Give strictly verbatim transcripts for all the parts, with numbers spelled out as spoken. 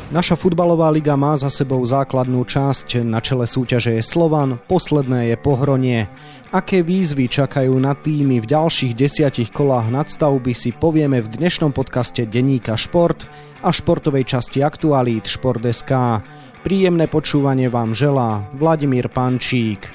Naša futbalová liga má za sebou základnú časť, na čele súťaže je Slovan, posledné je Pohronie. Aké výzvy čakajú na týmy v ďalších desiatich kolách nadstavby si povieme v dnešnom podcaste denníka Šport a športovej časti aktualít šport bodka es ká. Príjemné počúvanie vám želá Vladimír Pančík.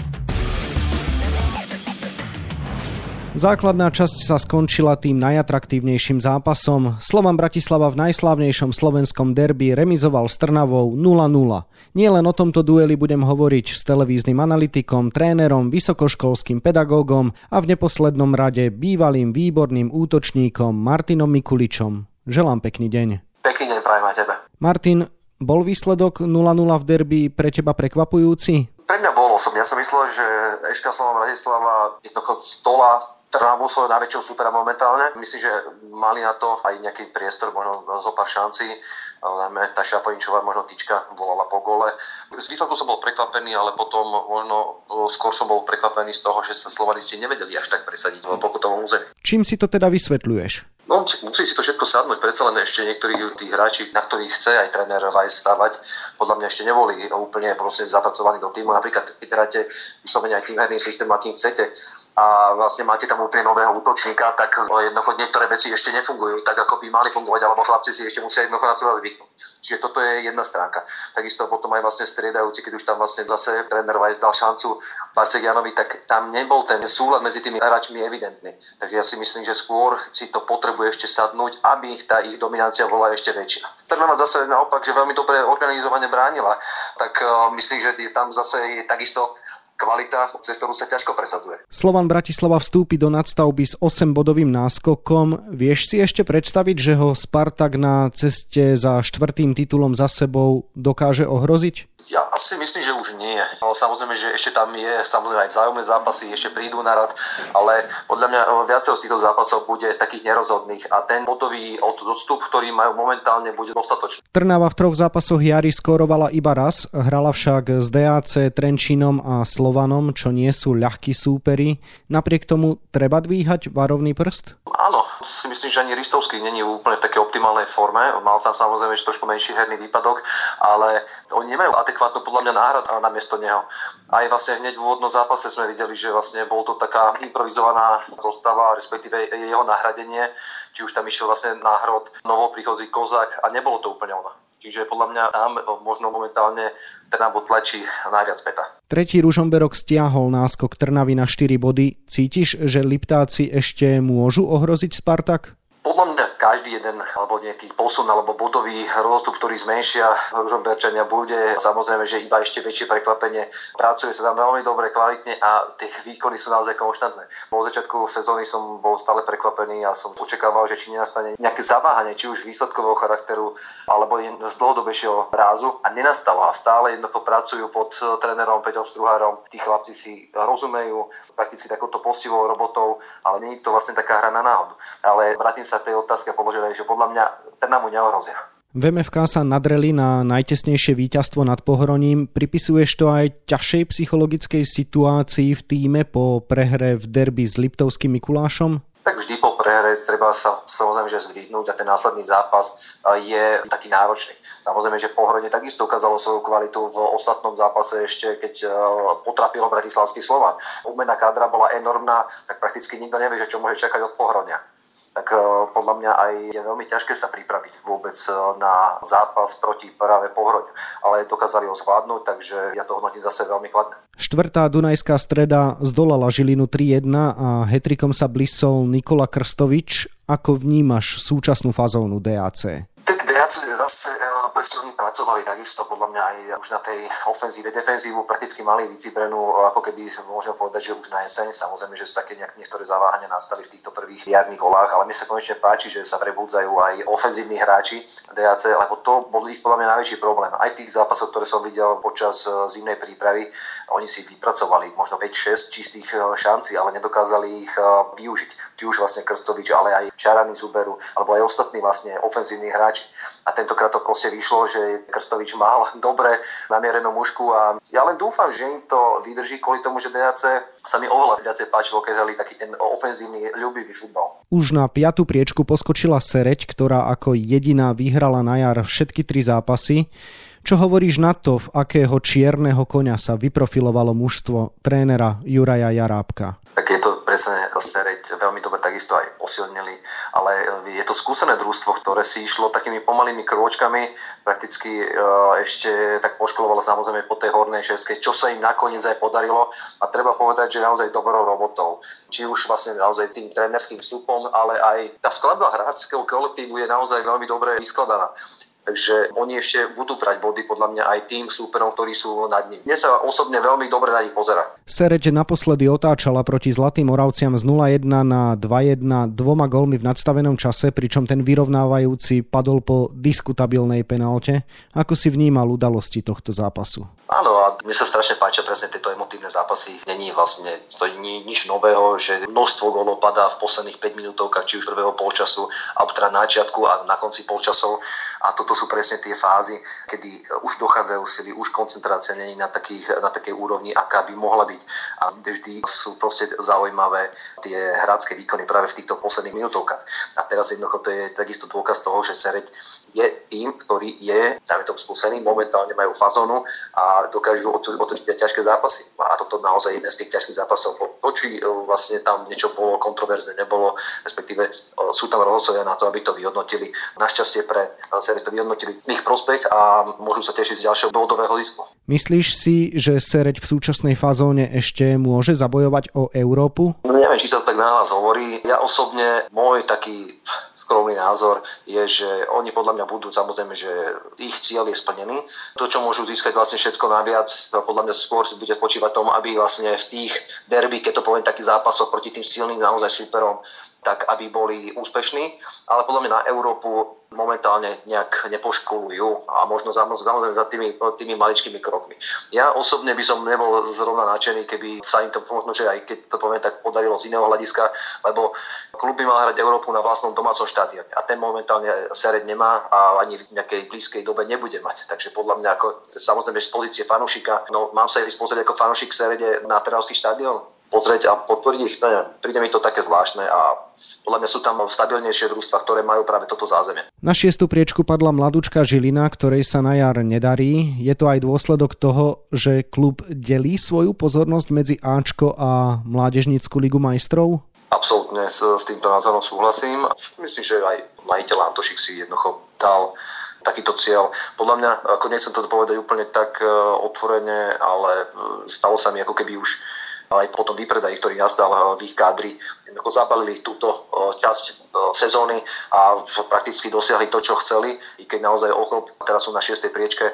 Základná časť sa skončila tým najatraktívnejším zápasom. Slovan Bratislava v najslávnejšom slovenskom derby remizoval s Trnavou nula nula. Nie len o tomto dueli budem hovoriť s televíznym analytikom, trénerom, vysokoškolským pedagógom a v neposlednom rade bývalým výborným útočníkom Martinom Mikuličom. Želám pekný deň. Pekný deň prajem aj tebe. Martin, bol výsledok nula nula v derby pre teba prekvapujúci? Pre mňa bol osobne. Ja som myslel, že eš ká Slovan Bratislava jednoducho stola Trnavu svojho najväčšieho supera momentálne. Myslím, že mali na to aj nejaký priestor, možno zo pár šancí. Najmä tá Šaponíčová možno tyčka volala po gole. Z výsledku som bol prekvapený, ale potom možno skôr som bol prekvapený z toho, že sa slovanisti nevedeli až tak presadiť v pokutovom území. Čím si to teda vysvetľuješ? No, musí si to všetko sadnúť, predsa len ešte niektorí tí hráči, na ktorých chce aj tréner Vajs stavať, podľa mňa ešte neboli úplne proste zapracovaní do týmu. Napríklad keď hráte vyslovene aj tým herným systém, akým chcete a vlastne máte tam úplne nového útočníka, tak jednoducho niektoré veci ešte nefungujú tak, ako by mali fungovať, alebo chlapci si ešte musia jednoducho na seba zvyknúť. Čiže toto je jedna stránka. Takisto potom aj vlastne striedajúci, keď už tam vlastne zase tréner Vajs dal šancu Barcegianovi, tak tam nebol ten súlad medzi tými hráčmi evidentný. Takže ja si myslím, že skôr si to potrebuje ešte sadnúť, aby tá ich dominancia bola ešte väčšia. Trnava zase naopak, že veľmi dobre organizovane bránila, tak uh, myslím, že tam zase je takisto kvalita, cez ktorú sa ťažko presadzuje. Slovan Bratislava vstúpi do nadstavby s osembodovým náskokom. Vieš si ešte predstaviť, že ho Spartak na ceste za štvrtým titulom za sebou dokáže ohroziť? Ja asi myslím, že už nie. No, samozrejme, že ešte tam je samozrejme aj vzájomné zápasy, ešte prídu na rad, ale podľa mňa viacero z týchto zápasov bude takých nerozhodných a ten bodový odstup, ktorý majú momentálne, bude dostatočný. Trnava v troch zápasoch jary skórovala iba raz, hrala však s dé á cé, Trenčínom a Slovanom, čo nie sú ľahkí súperi. Napriek tomu treba dvíhať varovný prst? Áno, si myslím, že ani Ristovský není úplne v takej optimálnej forme. Mal tam samozrejme že trošku menší herný výpadok, ale oni nemajú adekvátnu podľa mňa náhradu na miesto neho. Aj vlastne hneď v úvodnom zápase sme videli, že vlastne bol to taká improvizovaná zostava, respektíve jeho nahradenie, či už tam išiel vlastne náhrod novopríchozí Kozák a nebolo to úplne ono. Čiže podľa mňa tam možno momentálne Trnavu tlačí najviac päta. Tretí Ružomberok stiahol náskok Trnavy na štyri body. Cítiš, že Liptáci ešte môžu ohroziť Spartak? Podľa mňa každý jeden alebo nejaký posun alebo bodový rozstup, ktorý zmenšia Ružomberčania, bude samozrejme, že iba ešte väčšie prekvapenie. Pracuje sa tam veľmi dobre, kvalitne a tie výkony sú naozaj konštantné. Po začiatku sezóny som bol stále prekvapený a som očakával, že či nenastane nejaké zaváhanie, či už výsledkového charakteru alebo z dlhodobejšieho rázu a nenastalo. A stále jednoducho pracujú pod trénerom Peťom Struhárom. Tí chlapci si rozumejú prakticky takouto postivou robotou, ale nie je to vlastne taká hra na náhodu. Ale vrátim sa tej otázke a položili, že podľa mňa Trnavu neohrozia. V em ef ká sa nadreli na najtesnejšie víťazstvo nad Pohroním. Pripisuješ to aj ťažšej psychologickej situácii v tíme po prehre v derby s Liptovským Mikulášom? Tak vždy po prehre treba sa samozrejme že zdvihnúť a ten následný zápas je taký náročný. Samozrejme, že Pohronie takisto ukázalo svoju kvalitu v ostatnom zápase ešte, keď potrapilo bratislavský Slovan. Obmena kádra bola enormná, tak prakticky nikto nevie, čo môže čakať od Pohronia. Tak podľa mňa aj je veľmi ťažké sa pripraviť vôbec na zápas proti práve Pohroniu. Ale dokázali ho zvládnuť, takže ja to hodnotím zase veľmi kladne. Štvrtá Dunajská Streda zdolala Žilinu tri jedna a hetrikom sa blísol Nikola Krstovič. Ako vnímaš súčasnú fazónu dé á cé? Tak dé á cé zase presne pracovali takisto podľa mňa aj už na tej ofenzíve, defenzívu prakticky mali vycibrenú, ako keby môžem povedať, že už na jeseň. Samozrejme, že sú také nejak, niektoré zaváhania nastali v týchto prvých jarných kolách, ale mi sa konečne páči, že sa prebudzajú aj ofenzívni hráči dé á cé, lebo to bol ich podľa mňa najväčší problém. Aj v tých zápasoch, ktoré som videl počas zimnej prípravy, oni si vypracovali možno päť šesť čistých šancí, ale nedokázali ich využiť. Či už vlastne Krstovič, ale aj Šarany z Uberu, alebo aj ostatní vlastne ofenzívni hráči. A tentokrát to proste vyšlo. vyšlo, že Krstovič mal dobre namierenú mušku a ja len dúfam, že im to vydrží kvôli tomu, že dé á cé sa mi oveľa viacej páčilo, keď hrali taký ten ofenzívny, ľúbivý futbal. Už na piatu priečku poskočila Sereď, ktorá ako jediná vyhrala na jar všetky tri zápasy. Čo hovoríš na to, v akého čierneho koňa sa vyprofilovalo mužstvo trénera Juraja Jarábka? Tak je to presne Sereď veľmi dobre takisto aj posilnili, ale je to skúsené družstvo, ktoré si išlo takými pomalými krôčkami, prakticky ešte tak poškolovalo samozrejme po tej hornej šeske, čo sa im nakoniec aj podarilo a treba povedať, že naozaj dobrou robotou. Či už vlastne naozaj tým trénerským vstupom, ale aj tá skladba hráčskeho kolektívu je naozaj veľmi dobre vyskladaná. Takže oni ešte budú brať body podľa mňa aj tým súperom, ktorí sú nad ním. Mne sa osobne veľmi dobre na nich pozerá. Sereď naposledy otáčala proti Zlatým Moravciam z nula jedna na dva jedna dvoma gólmi v nadstavenom čase, pričom ten vyrovnávajúci padol po diskutabilnej penálte. Ako si vnímal udalosti tohto zápasu? Áno, a mne sa strašne páčia presne tieto emotívne zápasy. Není vlastne to je nič nového, že množstvo gólov padá v posledných päť minútovkách, či už prvého polčasu, alebo teda na začiatku a na konci polčasov. A toto sú presne tie fázy, kedy už dochádzajú sily, už koncentrácia není na, takých, na takej úrovni, aká by mohla byť. A vždy sú proste zaujímavé tie hrácké výkony práve v týchto posledných minútovkách. A teraz jednoducho to je takisto dôkaz toho, že Sereď je tým, ktorý je, dáme tomu skúsený, momentálne majú fazónu a dokážu otočiť ťažké zápasy. A toto naozaj jeden z tých ťažkých zápasov. To, či vlastne tam niečo bolo kontroverzne, nebolo, respektíve sú tam rozhodcovia na to, aby to vyhodnotili. Našťastie pre Sereď to vyhodnotili v ich prospech a môžu sa tešiť z ďalšieho bodového zisku. Myslíš si, že Sereď v súčasnej fazóne ešte môže zabojovať o Európu? No, neviem, či sa to tak nahlas hovorí. Ja osobne, môj taký skromný názor je, že oni podľa mňa budú, samozrejme, že ich cieľ je splnený. To, čo môžu získať vlastne všetko naviac, podľa mňa skôr bude spočívať tom, aby vlastne v tých derby, keď to poviem, takých zápasoch proti tým silným naozaj súperom, tak aby boli úspešní, ale podľa mňa na Európu momentálne nejak nepoškolujú a možno samozrejme za tými, tými maličkými krokmi. Ja osobne by som nebol zrovna nadšený, keby sa im to možno, že aj keď to poviem, tak podarilo z iného hľadiska, lebo klub by mal hrať Európu na vlastnom domácom štádione a ten momentálne Sereď nemá a ani v nejakej blízkej dobe nebude mať. Takže podľa mňa ako samozrejme z pozície fanúšika, no mám sa ísť pozrieť ako fanúšik Serede na Trnavský štadión, pozrieť a podporiť ich. No, príde mi to také zvláštne a podľa mňa sú tam stabilnejšie družstva, ktoré majú práve toto zázemie. Na šiestu priečku padla mladúčka Žilina, ktorej sa na jar nedarí. Je to aj dôsledok toho, že klub delí svoju pozornosť medzi Ačko a Mládežnícku ligu majstrov? Absolútne s, s týmto názorom súhlasím. Myslím, že aj majiteľ Antošik si jednoducho dal takýto cieľ. Podľa mňa, ako nechcem to povedať úplne tak otvorene, ale stalo sa mi ako keby už aj potom výpredaj, ktorý nastal v ich kádri, jednoducho zabalili túto časť sezóny a prakticky dosiahli to, čo chceli, i keď naozaj ochlop, teraz sú na šiestej priečke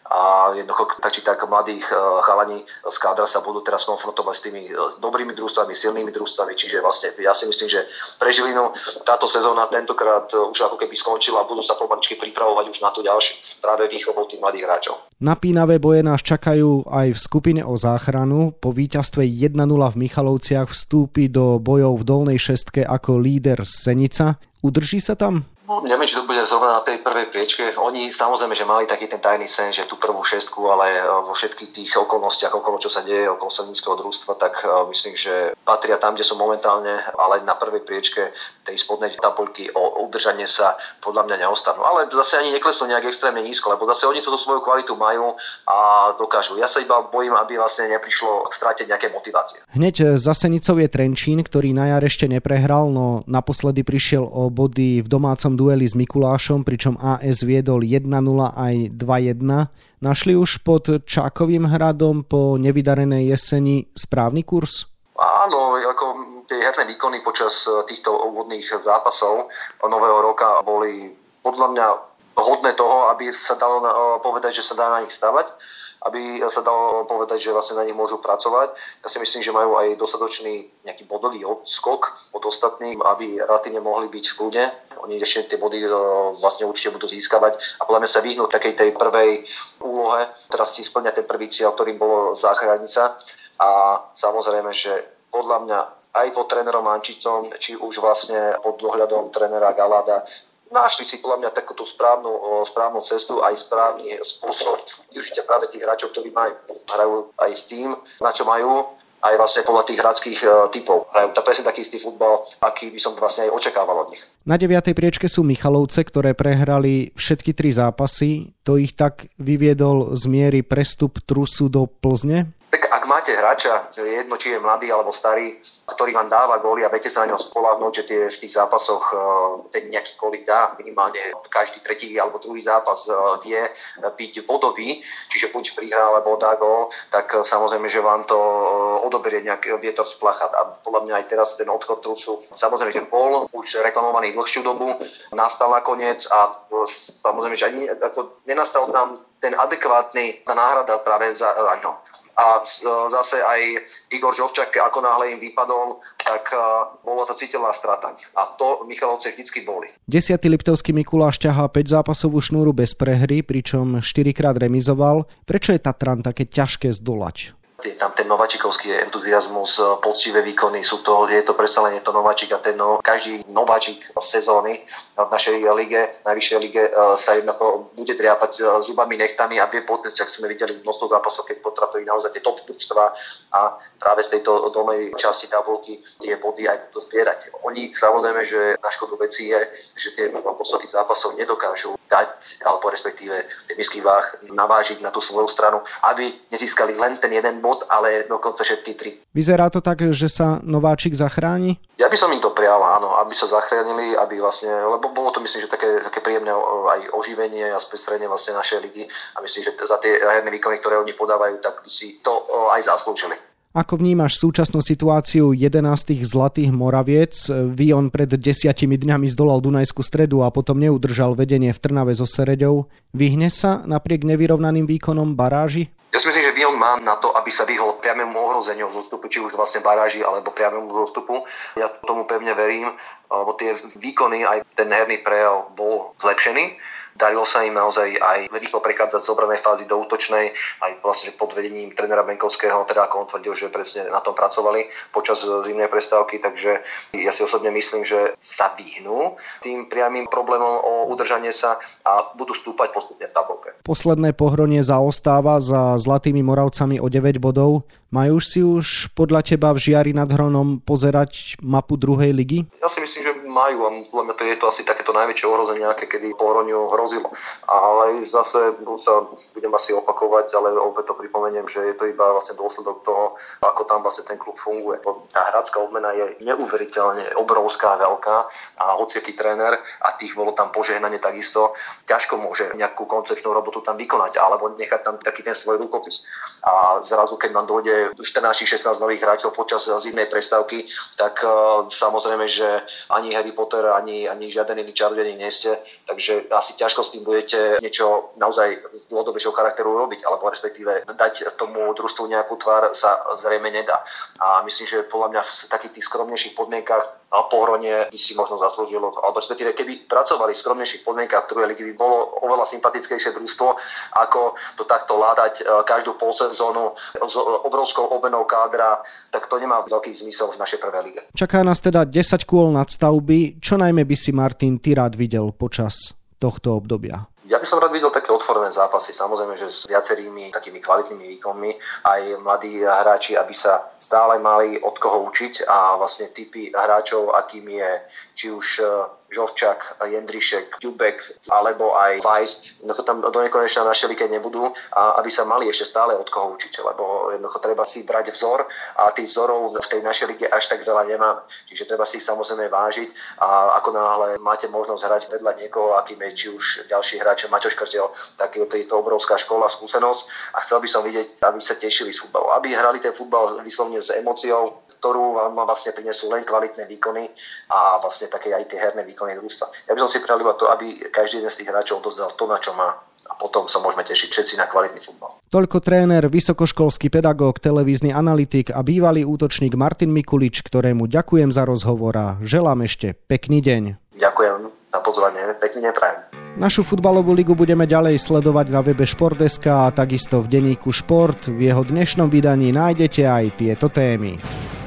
a jednoducho tak či tak mladých chalani z kádra sa budú teraz konfrontovať s tými dobrými družstvami, silnými družstvami, čiže vlastne ja si myslím, že pre Žilinu táto sezóna tentokrát už ako keby skončila a budú sa pomaličky pripravovať už na tú ďalšiu, práve výchovou tých mladých hráčov. Napínavé boje nás čakajú aj v skupine o záchranu. Po víťazstve jeden nula v Michalovciach vstúpi do bojov v dolnej šestke ako líder Senica. Udrží sa tam? No, neviem, či to bude zrovna na tej prvej priečke. Oni samozrejme, že mali taký ten tajný sen, že tú prvú šestku, ale vo všetkých tých okolnostiach, okolo čo sa deje, okolo Seníckeho družstva, tak myslím, že patria tam, kde sú momentálne, ale na prvej priečke tej spodnej tabuľky o udržanie sa podľa mňa neostanú. Ale zase ani neklesnú nejak extrémne nízko, lebo zase oni tú svoju kvalitu majú a dokážu. Ja sa iba bojím, aby vlastne neprišlo k strate nejaké motivácie. Hneď za Senicou je Trenčín, ktorý na jar ešte neprehral, no naposledy prišiel o body v domácom dueli s Mikulášom, pričom á es viedol jeden nula aj dva jedna. Našli už pod Čákovým hradom po nevydarenej jeseni správny kurz? Áno, ako tie herné výkony počas týchto úvodných zápasov nového roka boli podľa mňa hodné toho, aby sa dalo povedať, že sa dá na nich stavať, aby sa dalo povedať, že vlastne na nich môžu pracovať. Ja si myslím, že majú aj dostatočný nejaký bodový odskok od ostatných, aby relatívne mohli byť v kľude. Oni ešte tie body vlastne určite budú získavať a podľa mňa sa vyhnúť takej tej prvej úlohe, teraz si splňať ten prvý cieľ, ktorým bolo záchrannica. A samozrejme, že podľa mňa aj pod trénerom Ančicom, či už vlastne pod dohľadom trénera Galáda, našli si podľa mňa takúto správnu, správnu cestu, aj správny spôsob využitia práve tých hráčov, ktorí majú. Hrajú aj s tým, na čo majú, aj vlastne podľa tých hráčskych typov. Hrajú to presne taký istý futbal, aký by som vlastne aj očakával od nich. Na deviatej priečke sú Michalovce, ktoré prehrali všetky tri zápasy. To ich tak vyviedol z miery prestup Trusu do Plzne? Tak ak máte hráča, jedno či je mladý alebo starý, ktorý vám dáva góly a viete sa na ňo spoľahnúť, že tie, v tých zápasoch ten nejaký góly dá, minimálne každý tretí alebo druhý zápas vie byť bodový, čiže buď prihrá alebo dá gól, tak samozrejme, že vám to odoberie nejaký vietor z plachat. A podľa mňa aj teraz ten odchod Trusu, samozrejme, že bol už reklamovaný dlhšiu dobu, nastal nakoniec a samozrejme, že ani ako nenastal tam ten adekvátny náhrada práve za ňo. A zase aj Igor Žovčak, ako náhle im vypadol, tak bola to citeľná strata. A to Michalovce vždycky boli. Desiatý Liptovský Mikuláš ťahá päť zápasovú šnúru bez prehry, pričom štyrikrát remizoval. Prečo je Tatran také ťažké zdolať? Je tam ten nováčikovský entuziasmus, poctivé výkony, sú to, je to predsa len je to nováčik a ten no, každý nováčik sezóny v našej lige, najvyššej lige sa jednoducho bude driapať zubami, nechtami a vie podnesť, ak sme videli množstvo zápasov, keď potrapili naozaj tie top družstva a práve z tejto dolnej časti tabulky tie body aj budú zbierať. Oni samozrejme, že na škodu veci je, že tie podstaty zápasov nedokážu dať, alebo respektíve ten misky váh navážiť na tú svoju stranu, aby nezískali len ten jeden bod, ale dokonca všetky tri. Vyzerá to tak, že sa nováčik zachráni? Ja by som im to prijal, áno, aby sa zachránili, aby vlastne, lebo bolo to myslím, že také, také príjemné aj oživenie a spestrenie vlastne našej ligy a myslím, že za tie herné výkony, ktoré oni podávajú, tak by si to aj zaslúžili. Ako vnímaš súčasnú situáciu jedenástich Zlatých Moraviec? Vion pred desiatimi dňami zdolal Dunajskú Stredu a potom neudržal vedenie v Trnave so Sereďou. Vyhne sa napriek nevyrovnaným výkonom baráži? Ja si myslím, že Vion má na to, aby sa vyhol priamému ohrozeniu zostupu, či už vlastne baráži alebo priamému zostupu. Ja tomu pevne verím, lebo tie výkony, aj ten herný prejav bol zlepšený. Darilo sa im naozaj aj rýchlo prechádzať z obranej fázy do útočnej, aj vlastne pod vedením trénera Benkovského, teda ako on tvrdil, že presne na tom pracovali počas zimnej prestávky, takže ja si osobne myslím, že sa vyhnú tým priamym problémom o udržanie sa a budú stúpať postupne v tabulke. Posledné pohronie zaostáva za Zlatými Moravcami o deväť bodov. Majú si už podľa teba v Žiari nad Hronom pozerať mapu druhej ligy? Ja si myslím, že majú a podľa mňa to je to asi takéto najväčšie ohrozenie, aké kedy Pohroniu hrozilo. Ale zase sa budem asi opakovať, ale opäť to pripomeniem, že je to iba vlastne dôsledok toho, ako tam vlastne ten klub funguje. Tá hráčska odmena je neuveriteľne obrovská, veľká a hociaký tréner a tých bolo tam požehnanie takisto, ťažko môže nejakú koncepčnú robotu tam vykonať alebo nechať tam taký ten svoj rukopis. A zrazu, keď nám dojde štrnásť šestnásť nových hráčov počas zimnej prestávky, tak uh, samozrejme, že ani Harry Potter, ani, ani žiaden iný čarodeník nie ste, takže asi ťažko s tým budete niečo naozaj z dlhodobejšieho charakteru robiť, alebo respektíve dať tomu družstvu nejakú tvár sa zrejme nedá. A myslím, že podľa mňa v takých tých skromnejších podmienkach a Pohronie by si možno zaslúžilo, alebo respektíve keby pracovali v skromnejších podmienkach druhej ligy, by bolo oveľa sympatickejšie družstvo, ako to takto ládať každú polsezónu s obrovskou obenou kádra, tak to nemá veľký zmysel v našej prvej lige. Čaká nás teda desať kôl nadstavby. Čo najmä by si, Martin, ty rád videl počas tohto obdobia? Ja by som rád videl také otvorené zápasy, samozrejme, že s viacerými takými kvalitnými výkonmi, aj mladí hráči, aby sa stále mali od koho učiť a vlastne typy hráčov, akým je či už Žovčak, Jendrišek, Ďubek alebo aj Vajs, jednoducho tam do nekonečna na našej lige nebudú a aby sa mali ešte stále od koho učiť, lebo jednoducho treba si brať vzor a tých vzorov v tej našej lige až tak veľa nemáme. Čiže treba si ich samozrejme vážiť a ako náhle máte možnosť hrať vedľa niekoho, akým je či už ďalší hráč Maťo Škrtel, tak je to obrovská škola, skúsenosť a chcel by som vidieť, aby sa tešili z futbalu, aby hrali ten futbal vyslovene s emóciou, ktorú vám vlastne prinesú len kvalitné výkony a vlastne také aj tie herné výkony družstva. Ja by som si prijal to, aby každý jeden z tých hráčov odozdal to, na čo má. A potom sa môžeme tešiť všetci na kvalitný futbal. Toľko tréner, vysokoškolský pedagóg, televízny analytik a bývalý útočník Martin Mikulič, ktorému ďakujem za rozhovor a želám ešte pekný deň. Ďakujem za pozvanie, pekný deň prajem. Našu futbalovú ligu budeme ďalej sledovať na webe šport bodka es ká a takisto v denníku Šport. V jeho dnešnom vydaní nájdete aj tieto témy.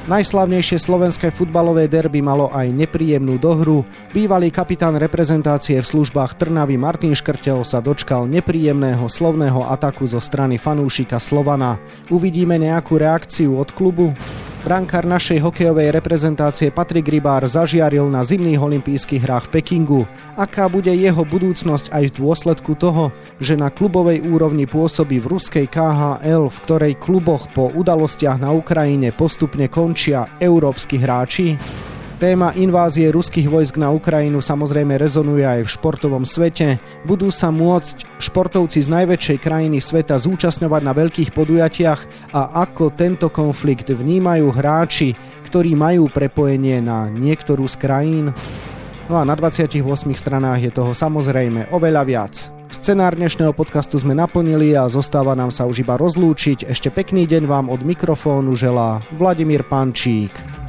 Najslavnejšie slovenské futbalové derby malo aj nepríjemnú dohru. Bývalý kapitán reprezentácie v službách Trnavy Martin Škrtel sa dočkal nepríjemného slovného ataku zo strany fanúšika Slovana. Uvidíme nejakú reakciu od klubu? Brankár našej hokejovej reprezentácie Patrik Rybár zažiaril na zimných olympijských hrách v Pekingu. Aká bude jeho budúcnosť aj v dôsledku toho, že na klubovej úrovni pôsobí v ruskej ká há el, v ktorej kluboch po udalostiach na Ukrajine postupne končia európski hráči? Téma invázie ruských vojsk na Ukrajinu samozrejme rezonuje aj v športovom svete. Budú sa môcť športovci z najväčšej krajiny sveta zúčastňovať na veľkých podujatiach a ako tento konflikt vnímajú hráči, ktorí majú prepojenie na niektorú z krajín? No a na dvadsiatich ôsmich stranách je toho samozrejme oveľa viac. Scenár dnešného podcastu sme naplnili a zostáva nám sa už iba rozlúčiť. Ešte pekný deň vám od mikrofónu želá Vladimír Pančík.